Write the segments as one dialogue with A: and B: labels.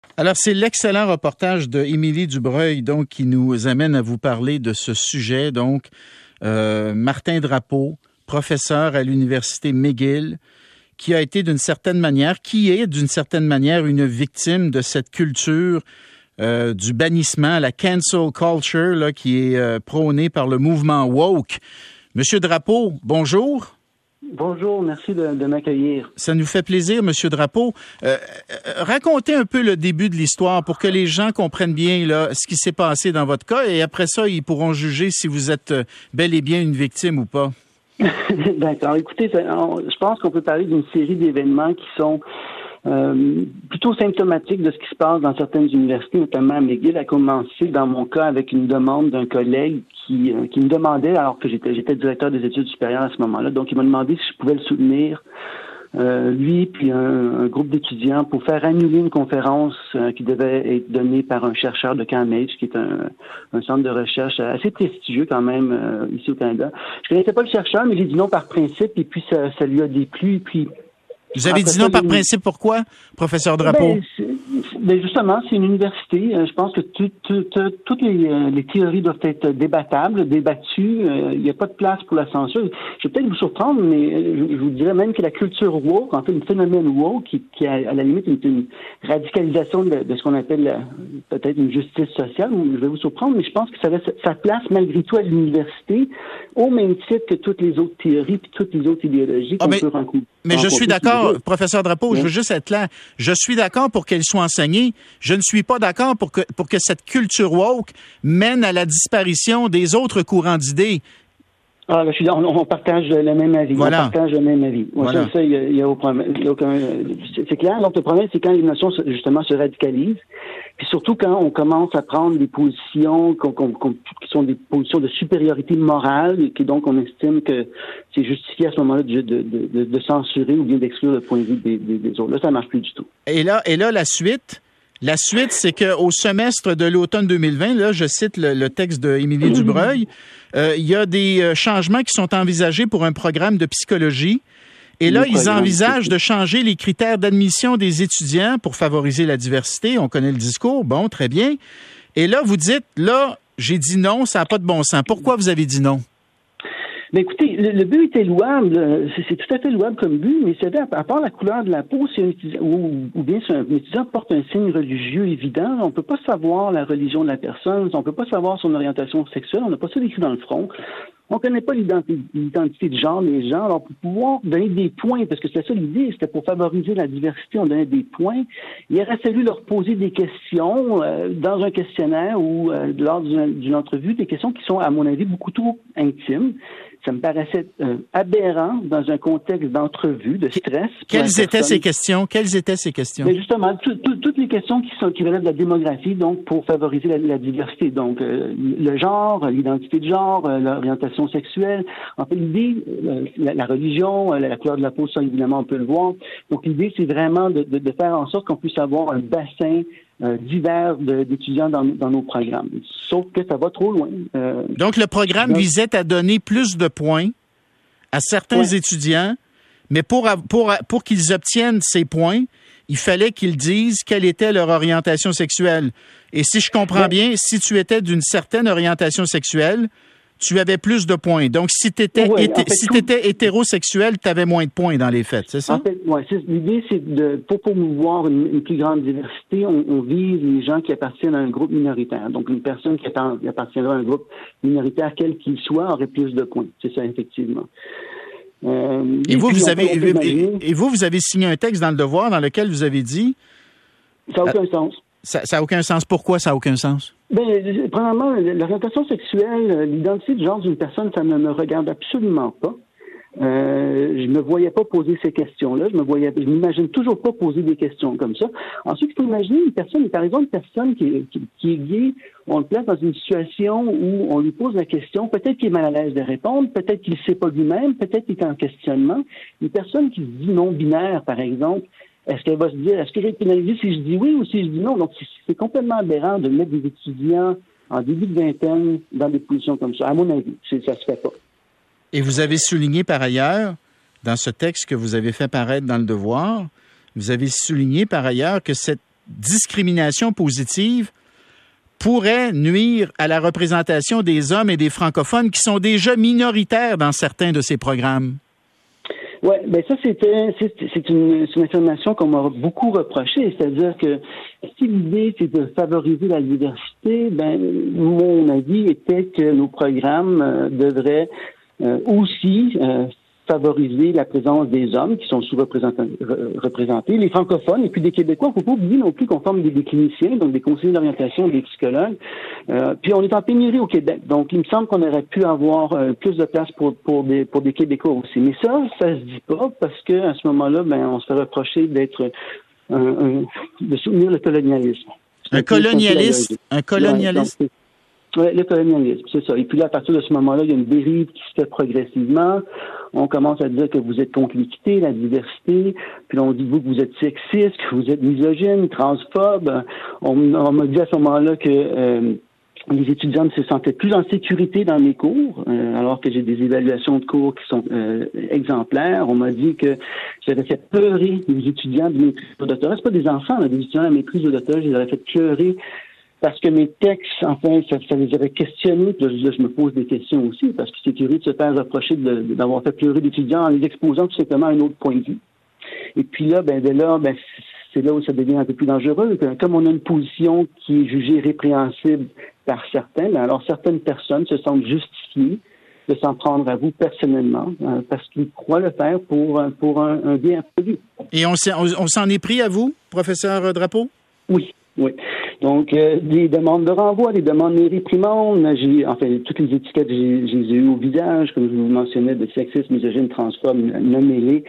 A: Alors, c'est l'excellent reportage de Émilie Dubreuil, donc, qui nous amène à vous parler de ce sujet. Donc, Martin Drapeau, professeur à l'université McGill, qui est d'une certaine manière une victime de cette culture du bannissement, la cancel culture, là, qui est prônée par le mouvement woke. Monsieur Drapeau, bonjour.
B: Bonjour, merci de m'accueillir.
A: Ça nous fait plaisir, Monsieur Drapeau. Racontez un peu le début de l'histoire pour que les gens comprennent bien là, ce qui s'est passé dans votre cas et après ça, ils pourront juger si vous êtes bel et bien une victime ou pas.
B: D'accord. Écoutez, je pense qu'on peut parler d'une série d'événements qui sont plutôt symptomatiques de ce qui se passe dans certaines universités, notamment à McGill, a commencé dans mon cas avec une demande d'un collègue qui me demandait, alors que j'étais directeur des études supérieures à ce moment-là, donc il m'a demandé si je pouvais le soutenir, lui puis un groupe d'étudiants pour faire annuler une conférence qui devait être donnée par un chercheur de Cambridge, qui est un centre de recherche assez prestigieux quand même ici au Canada. Je connaissais pas le chercheur, mais j'ai dit non par principe, et puis ça lui a déplu, et puis
A: vous avez dit non par principe, pourquoi, professeur Drapeau?
B: Justement, c'est une université. Je pense que toutes les théories doivent être débattables, débattues. Il n'y a pas de place pour la censure. Je vais peut-être vous surprendre, mais je vous dirais même que la culture woke, en fait, le phénomène woke, qui a à la limite une radicalisation de ce qu'on appelle peut-être une justice sociale, je vais vous surprendre, mais je pense que ça avait sa place malgré tout à l'université, au même titre que toutes les autres théories et toutes les autres idéologies qu'on peut rencontrer.
A: Mais je suis d'accord, professeur Drapeau, je veux juste être clair. Je suis d'accord pour qu'elle soit enseignée. Je ne suis pas d'accord pour que cette culture woke mène à la disparition des autres courants d'idées.
B: Ah, on partage le même avis.
A: Voilà.
B: On partage le même avis.
A: Voilà.
B: Ça, il y a aucun, c'est clair. Donc, le problème, c'est quand les notions, justement, se radicalisent. Puis surtout quand on commence à prendre des positions qui sont des positions de supériorité morale, et que donc on estime que c'est justifié à ce moment-là de censurer ou bien d'exclure le point de vue des autres. Là, ça marche plus du tout.
A: Et là, la suite, c'est qu'au semestre de l'automne 2020, là, je cite le texte d'Émilie Dubreuil, il y a des changements qui sont envisagés pour un programme de psychologie. Et là, ils envisagent de changer les critères d'admission des étudiants pour favoriser la diversité. On connaît le discours. Bon, très bien. Et là, vous dites, là, j'ai dit non, ça n'a pas de bon sens. Pourquoi vous avez dit non?
B: Mais écoutez, le but était louable, c'est tout à fait louable comme but, mais c'est à part la couleur de la peau, ou bien si un étudiant porte un signe religieux évident, on peut pas savoir la religion de la personne, on peut pas savoir son orientation sexuelle, on n'a pas ça écrit dans le front. On connaît pas l'identité de genre des gens. Alors, pour pouvoir donner des points, parce que c'était ça l'idée, c'était pour favoriser la diversité, on donnait des points. Il aurait fallu leur poser des questions dans un questionnaire ou lors d'une entrevue, des questions qui sont, à mon avis, beaucoup trop intimes. Ça me paraissait aberrant dans un contexte d'entrevue, de stress.
A: Quelles étaient ces questions?
B: Mais justement, toutes les questions qui relèvent de la démographie, donc pour favoriser la diversité. Donc, le genre, l'identité de genre, l'orientation sexuelle. En fait, l'idée, la religion, la couleur de la peau, ça, évidemment, on peut le voir. Donc, l'idée, c'est vraiment de faire en sorte qu'on puisse avoir un bassin divers d'étudiants dans nos programmes. Sauf que ça va trop loin.
A: Donc, le programme visait à donner plus de points à certains étudiants, mais pour qu'ils obtiennent ces points, il fallait qu'ils disent quelle était leur orientation sexuelle. Et si je comprends bien, si tu étais d'une certaine orientation sexuelle, tu avais plus de points. Donc, si tu étais hétérosexuel, tu avais moins de points dans les faits, c'est ça?
B: En fait, l'idée, c'est pour promouvoir une plus grande diversité, on vise les gens qui appartiennent à un groupe minoritaire. Donc, une personne qui appartiendra à un groupe minoritaire, quel qu'il soit, aurait plus de points. C'est ça, effectivement.
A: Et vous avez signé un texte dans Le Devoir dans lequel vous avez dit...
B: Ça n'a aucun sens.
A: Ça n'a aucun sens. Pourquoi ça n'a aucun sens?
B: Premièrement, l'orientation sexuelle, l'identité de genre d'une personne, ça ne me regarde absolument pas. Je ne me voyais pas poser ces questions-là. Je m'imagine toujours pas poser des questions comme ça. Ensuite, il faut imaginer une personne, par exemple, une personne qui est gay, on le place dans une situation où on lui pose la question, peut-être qu'il est mal à l'aise de répondre, peut-être qu'il ne sait pas lui-même, peut-être qu'il est en questionnement. Une personne qui se dit non-binaire, par exemple, est-ce qu'elle va se dire, est-ce qu'elle est pénalisée si je dis oui ou si je dis non? Donc, c'est complètement aberrant de mettre des étudiants en début de vingtaine dans des positions comme ça. À mon avis, ça se fait pas.
A: Et vous avez souligné par ailleurs, dans ce texte que vous avez fait paraître dans Le Devoir, vous avez souligné par ailleurs que cette discrimination positive pourrait nuire à la représentation des hommes et des francophones qui sont déjà minoritaires dans certains de ces programmes?
B: Oui, ben ça, c'est une affirmation qu'on m'a beaucoup reprochée, c'est-à-dire que si l'idée c'est de favoriser la diversité, ben mon avis était que nos programmes devraient aussi favoriser la présence des hommes qui sont sous-représentés, les francophones et puis des Québécois. Il ne faut pas oublier non plus qu'on forme des cliniciens, donc des conseillers d'orientation, des psychologues. Puis on est en pénurie au Québec, donc il me semble qu'on aurait pu avoir plus de place pour des Québécois aussi. Mais ça se dit pas parce que à ce moment-là, ben on se fait reprocher d'être de soutenir le colonialisme.
A: Un colonialiste.
B: Oui, le colonialisme, c'est ça. Et puis là, à partir de ce moment-là, il y a une dérive qui se fait progressivement. On commence à dire que vous êtes contre l'équité, la diversité. Puis là, on dit que vous êtes sexiste, que vous êtes misogyne, transphobe. On m'a dit à ce moment-là que les étudiants se sentaient plus en sécurité dans mes cours, alors que j'ai des évaluations de cours qui sont exemplaires. On m'a dit que j'avais fait pleurer les étudiants de maîtrise de doctorat. C'est pas des enfants, là, des étudiants de maîtrise de doctorat, je les avais fait pleurer parce que mes textes, enfin, ça les avait questionnés. Puis là, je me pose des questions aussi, parce que c'est curieux de se faire reprocher d'avoir fait pleurer d'étudiants en les exposant tout simplement à un autre point de vue. Et puis là, c'est là où ça devient un peu plus dangereux. Comme on a une position qui est jugée répréhensible par certains, alors certaines personnes se sentent justifiées de s'en prendre à vous personnellement, parce qu'ils croient le faire pour un bien absolu.
A: Et on s'en est pris à vous, professeur Drapeau?
B: Oui. Donc, des demandes de renvoi, des demandes de réprimandes. Toutes les étiquettes, je les ai eues au visage, comme je vous mentionnais, de sexisme, misogyne, transphobe, non mêlés.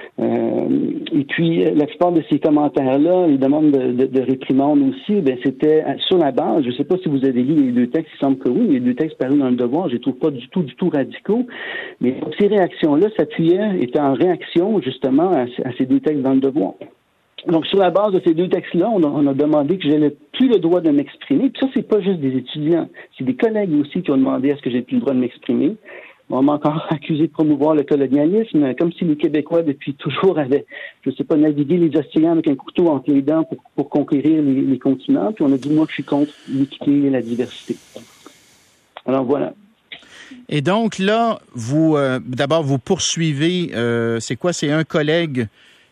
B: Et puis, la plupart de ces commentaires-là, les demandes de réprimandes aussi, c'était sur la base. Je ne sais pas si vous avez lu les deux textes, il semble que oui, les deux textes parus dans le Devoir, je les trouve pas du tout radicaux. Mais ces réactions-là étaient en réaction, justement, à ces deux textes dans le Devoir. Donc, sur la base de ces deux textes-là, on a demandé que je n'avais plus le droit de m'exprimer. Puis ça, c'est pas juste des étudiants. C'est des collègues aussi qui ont demandé à ce que j'ai plus le droit de m'exprimer. On m'a encore accusé de promouvoir le colonialisme, comme si les Québécois, depuis toujours, avaient, je sais pas, navigué les océans avec un couteau entre les dents pour conquérir les continents. Puis on a dit, moi, je suis contre l'équité et la diversité. Alors, voilà.
A: Et donc, là, vous, d'abord, vous poursuivez, c'est un collègue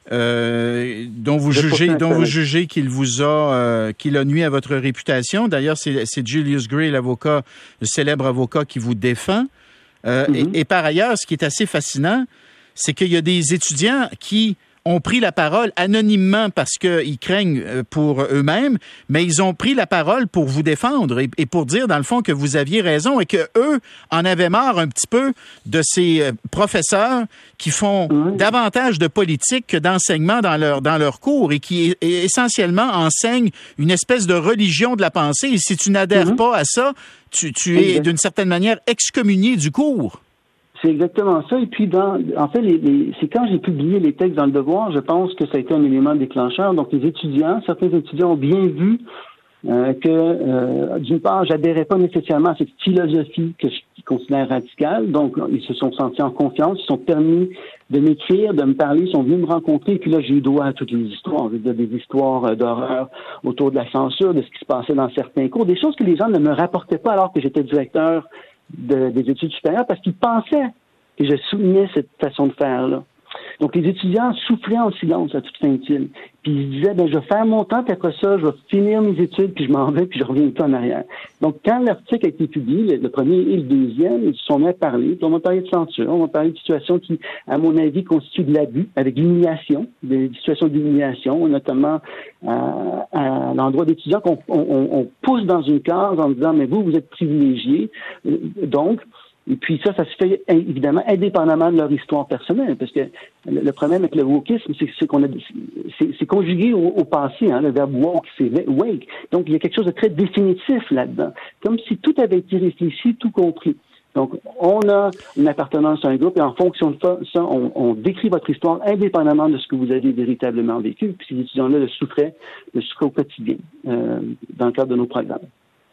A: dont vous jugez qu'il a nuit à votre réputation. D'ailleurs, c'est Julius Gray, l'avocat, le célèbre avocat qui vous défend. Et par ailleurs, ce qui est assez fascinant, c'est qu'il y a des étudiants qui ont pris la parole anonymement parce qu'ils craignent pour eux-mêmes, mais ils ont pris la parole pour vous défendre et pour dire, dans le fond, que vous aviez raison et que eux en avaient marre un petit peu de ces professeurs qui font davantage de politique que d'enseignement dans leur cours et qui essentiellement enseignent une espèce de religion de la pensée. Et si tu n'adhères pas à ça, tu es d'une certaine manière excommunié du cours.
B: C'est exactement ça. Et puis, c'est quand j'ai publié les textes dans le Devoir, je pense que ça a été un élément déclencheur. Donc, certains étudiants ont bien vu que, d'une part, j'adhérais pas nécessairement à cette philosophie que je considère radicale. Donc, ils se sont sentis en confiance, ils se sont permis de m'écrire, de me parler, ils sont venus me rencontrer. Et puis là, j'ai eu droit à toutes les histoires. Des histoires d'horreur autour de la censure, de ce qui se passait dans certains cours, des choses que les gens ne me rapportaient pas alors que j'étais directeur des études supérieures parce qu'ils pensaient que je soutenais cette façon de faire-là. Donc, les étudiants souffraient en silence à toute fin utile. Puis, ils se disaient, je vais faire mon temps, puis après ça, je vais finir mes études, puis je m'en vais, puis je reviens pas en arrière. Donc, quand l'article a été publié, le premier et le deuxième, ils se sont mis à parler, puis on va parler de censure, on va parler de situations qui, à mon avis, constituent de l'abus, avec l'humiliation, des situations d'humiliation, notamment à l'endroit d'étudiants qu'on pousse dans une case en disant, mais vous êtes privilégiés, donc, et puis ça se fait évidemment indépendamment de leur histoire personnelle, parce que le problème avec le wokisme, c'est conjugué au passé, le verbe woke, c'est wake. Donc il y a quelque chose de très définitif là-dedans, comme si tout avait été réfléchi, tout compris. Donc on a une appartenance à un groupe et en fonction de ça, on décrit votre histoire indépendamment de ce que vous avez véritablement vécu. Puis ces étudiants-là le souffraient au quotidien dans le cadre de nos programmes.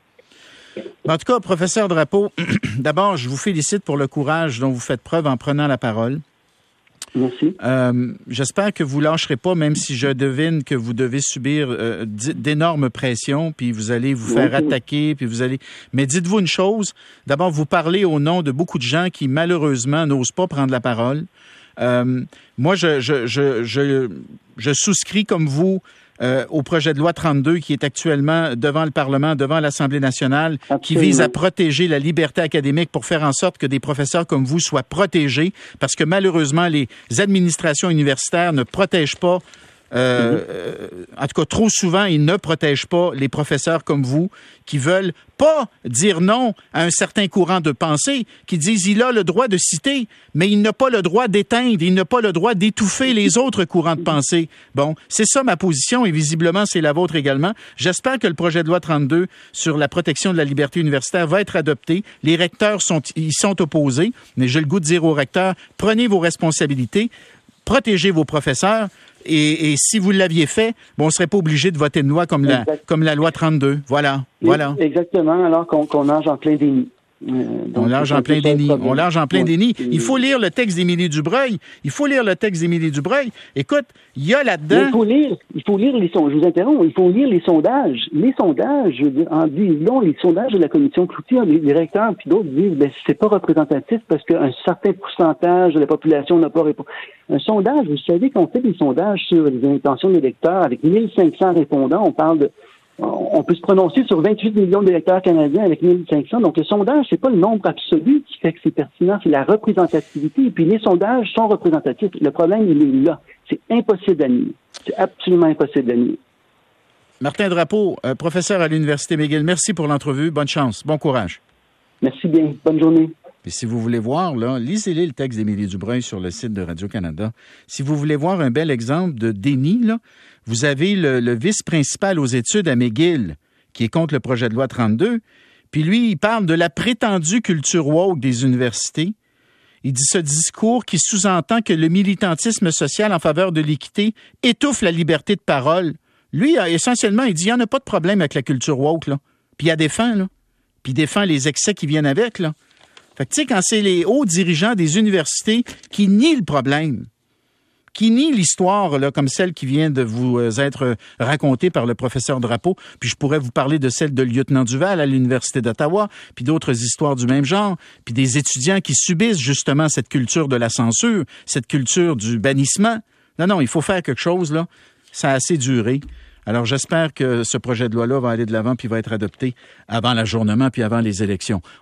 A: En tout cas, professeur Drapeau, d'abord, je vous félicite pour le courage dont vous faites preuve en prenant la parole.
B: Merci.
A: J'espère que vous lâcherez pas, même si je devine que vous devez subir d'énormes pressions, puis vous allez vous faire attaquer, puis vous allez... Mais dites-vous une chose, d'abord, vous parlez au nom de beaucoup de gens qui, malheureusement, n'osent pas prendre la parole. Moi, je souscris comme vous au projet de loi 32 qui est actuellement devant le Parlement, devant l'Assemblée nationale, Absolument. Qui vise à protéger la liberté académique pour faire en sorte que des professeurs comme vous soient protégés, parce que malheureusement, les administrations universitaires ne protègent pas en tout cas, trop souvent, ils ne protègent pas les professeurs comme vous qui veulent pas dire non à un certain courant de pensée, qui disent il a le droit de citer, mais il n'a pas le droit d'éteindre, il n'a pas le droit d'étouffer les autres courants de pensée. Bon, c'est ça ma position et visiblement, c'est la vôtre également. J'espère que le projet de loi 32 sur la protection de la liberté universitaire va être adopté. Les recteurs y sont opposés, mais j'ai le goût de dire aux recteurs, prenez vos responsabilités, protégez vos professeurs. Et si vous l'aviez fait, on ne serait pas obligé de voter une loi comme la loi 32. Voilà.
B: Exactement, alors qu'on nage en plein déni.
A: On nage en plein déni. Il faut lire le texte d'Émilie Dubreuil. Écoute, il y a là-dedans...
B: Il faut lire les sondages. Je vous interromps. Il faut lire les sondages. Les sondages, je veux dire, en disant les sondages de la commission Cloutier, les recteurs puis d'autres disent c'est pas représentatif parce qu'un certain pourcentage de la population n'a pas répondu. Un sondage, vous savez qu'on fait des sondages sur les intentions des électeurs avec 1500 répondants. On peut se prononcer sur 28 millions d'électeurs canadiens avec 1500. Donc, le sondage, c'est pas le nombre absolu qui fait que c'est pertinent, c'est la représentativité. Et puis, les sondages sont représentatifs. Le problème, il est là. C'est impossible d'annuler. C'est absolument impossible d'annuler.
A: Martin Drapeau, professeur à l'Université McGill, merci pour l'entrevue. Bonne chance. Bon courage.
B: Merci bien. Bonne journée.
A: Et si vous voulez voir, là, lisez-les le texte d'Émilie Dubreuil sur le site de Radio-Canada. Si vous voulez voir un bel exemple de déni, là, vous avez le vice-principal aux études à McGill, qui est contre le projet de loi 32. Puis lui, il parle de la prétendue culture woke des universités. Il dit ce discours qui sous-entend que le militantisme social en faveur de l'équité étouffe la liberté de parole. Lui, essentiellement, il dit il n'y en a pas de problème avec la culture woke, là. Puis il la défend, là. Puis il défend les excès qui viennent avec, là. Fait que, tu sais, quand c'est les hauts dirigeants des universités qui nient le problème, qui nient l'histoire là, comme celle qui vient de vous être racontée par le professeur Drapeau, puis je pourrais vous parler de celle de lieutenant Duval à l'Université d'Ottawa, puis d'autres histoires du même genre, puis des étudiants qui subissent justement cette culture de la censure, cette culture du bannissement. Non, il faut faire quelque chose, là. Ça a assez duré. Alors, j'espère que ce projet de loi-là va aller de l'avant puis va être adopté avant l'ajournement puis avant les élections.